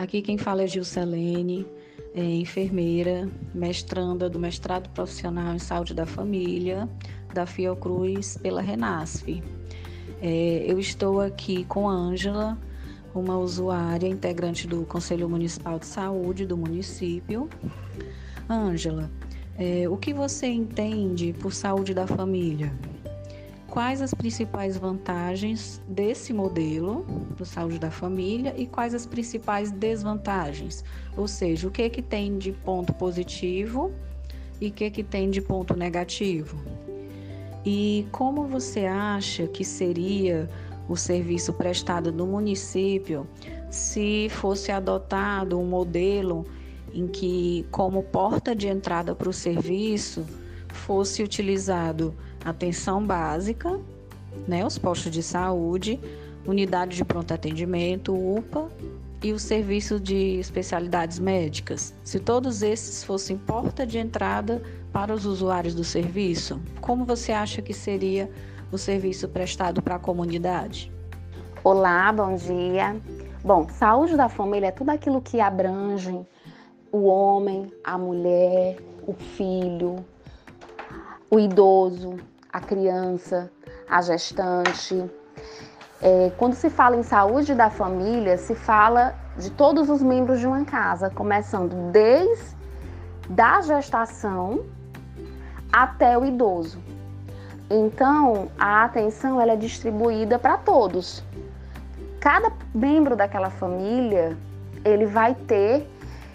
Aqui quem fala é Gilcelene, enfermeira, mestranda do mestrado profissional em saúde da família, da Fiocruz pela Renasf. Eu estou aqui com a Ângela, uma usuária integrante do Conselho Municipal de Saúde do município. Ângela, o que você entende por saúde da família? Quais as principais vantagens desse modelo de saúde da família e quais as principais desvantagens? Ou seja, o que tem de ponto positivo e o que tem de ponto negativo? E como você acha que seria o serviço prestado no município se fosse adotado um modelo em que, como porta de entrada para o serviço, fosse utilizado atenção básica, os postos de saúde, unidade de pronto atendimento, UPA e o serviço de especialidades médicas? Se todos esses fossem porta de entrada para os usuários do serviço, como você acha que seria o serviço prestado para a comunidade? Olá, bom dia. Bom, saúde da família é tudo aquilo que abrange o homem, a mulher, o filho, o idoso, a criança, a gestante. Quando se fala em saúde da família, se fala de todos os membros de uma casa, começando desde a gestação até o idoso. Então, a atenção ela é distribuída para todos. Cada membro daquela família, ele vai ter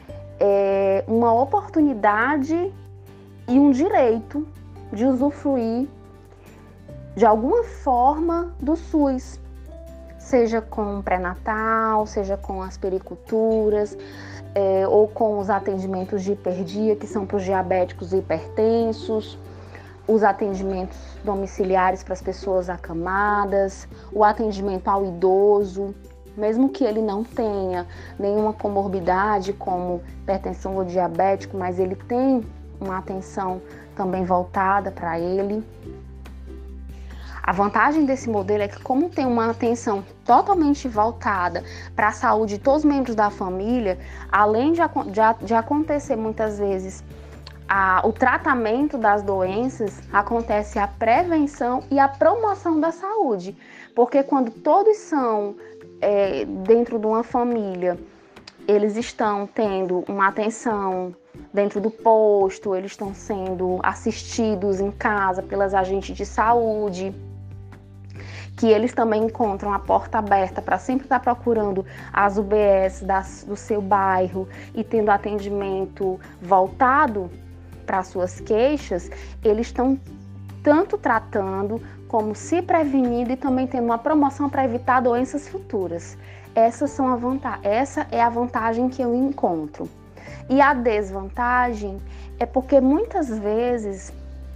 uma oportunidade e um direito de usufruir de alguma forma do SUS, seja com pré-natal, seja com as periculturas, ou com os atendimentos de hiperdia, que são para os diabéticos e hipertensos, os atendimentos domiciliares para as pessoas acamadas, o atendimento ao idoso, mesmo que ele não tenha nenhuma comorbidade como hipertensão ou diabético, mas ele tem uma atenção também voltada para ele. A vantagem desse modelo é que, como tem uma atenção totalmente voltada para a saúde de todos os membros da família, além de acontecer muitas vezes o tratamento das doenças, acontece a prevenção e a promoção da saúde. Porque quando todos são dentro de uma família, eles estão tendo uma atenção dentro do posto, eles estão sendo assistidos em casa pelas agentes de saúde, que eles também encontram a porta aberta para sempre estar procurando as UBS do seu bairro e tendo atendimento voltado para as suas queixas, eles estão tanto tratando como se prevenindo e também tendo uma promoção para evitar doenças futuras. Essa é a vantagem que eu encontro. E a desvantagem é porque muitas vezes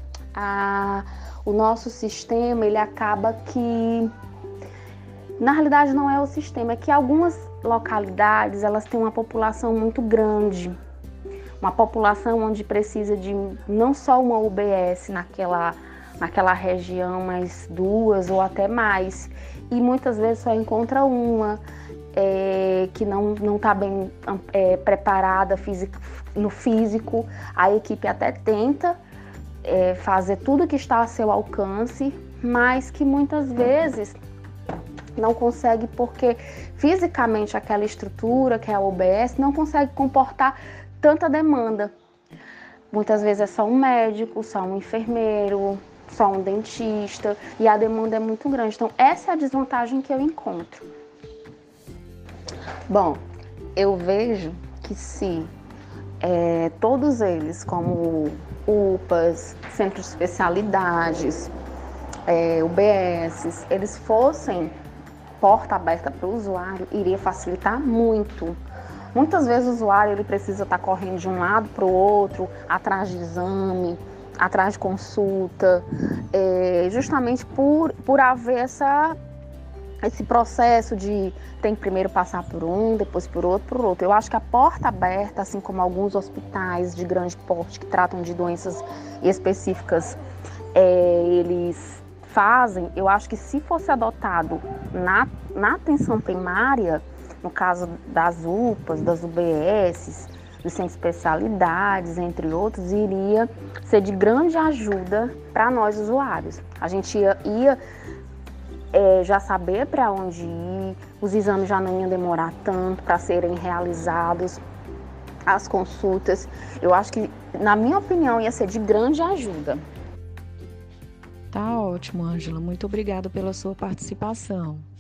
o nosso sistema, ele acaba que, na realidade não é o sistema, é que algumas localidades, elas têm uma população muito grande, uma população onde precisa de não só uma UBS naquela região, mas duas ou até mais, e muitas vezes só encontra uma, que não está bem preparada no físico. A equipe até tenta fazer tudo que está a seu alcance, mas que muitas vezes não consegue, porque fisicamente aquela estrutura, que é a UBS, não consegue comportar tanta demanda. Muitas vezes é só um médico, só um enfermeiro, só um dentista, e a demanda é muito grande. Então, essa é a desvantagem que eu encontro. Bom, eu vejo que se todos eles, como UPAs, centros de especialidades, UBSs, eles fossem porta aberta para o usuário, iria facilitar muito. Muitas vezes o usuário ele precisa estar correndo de um lado para o outro, atrás de exame, atrás de consulta, justamente por haver esse processo de tem que primeiro passar por um, depois por outro. Eu acho que a porta aberta, assim como alguns hospitais de grande porte que tratam de doenças específicas, eles fazem, eu acho que se fosse adotado na atenção primária, no caso das UPAs, das UBSs, dos centros de especialidades, entre outros, iria ser de grande ajuda para nós usuários. A gente ia já saber para onde ir, os exames já não iam demorar tanto para serem realizados, as consultas. Eu acho que, na minha opinião, ia ser de grande ajuda. Tá ótimo, Ângela. Muito obrigada pela sua participação.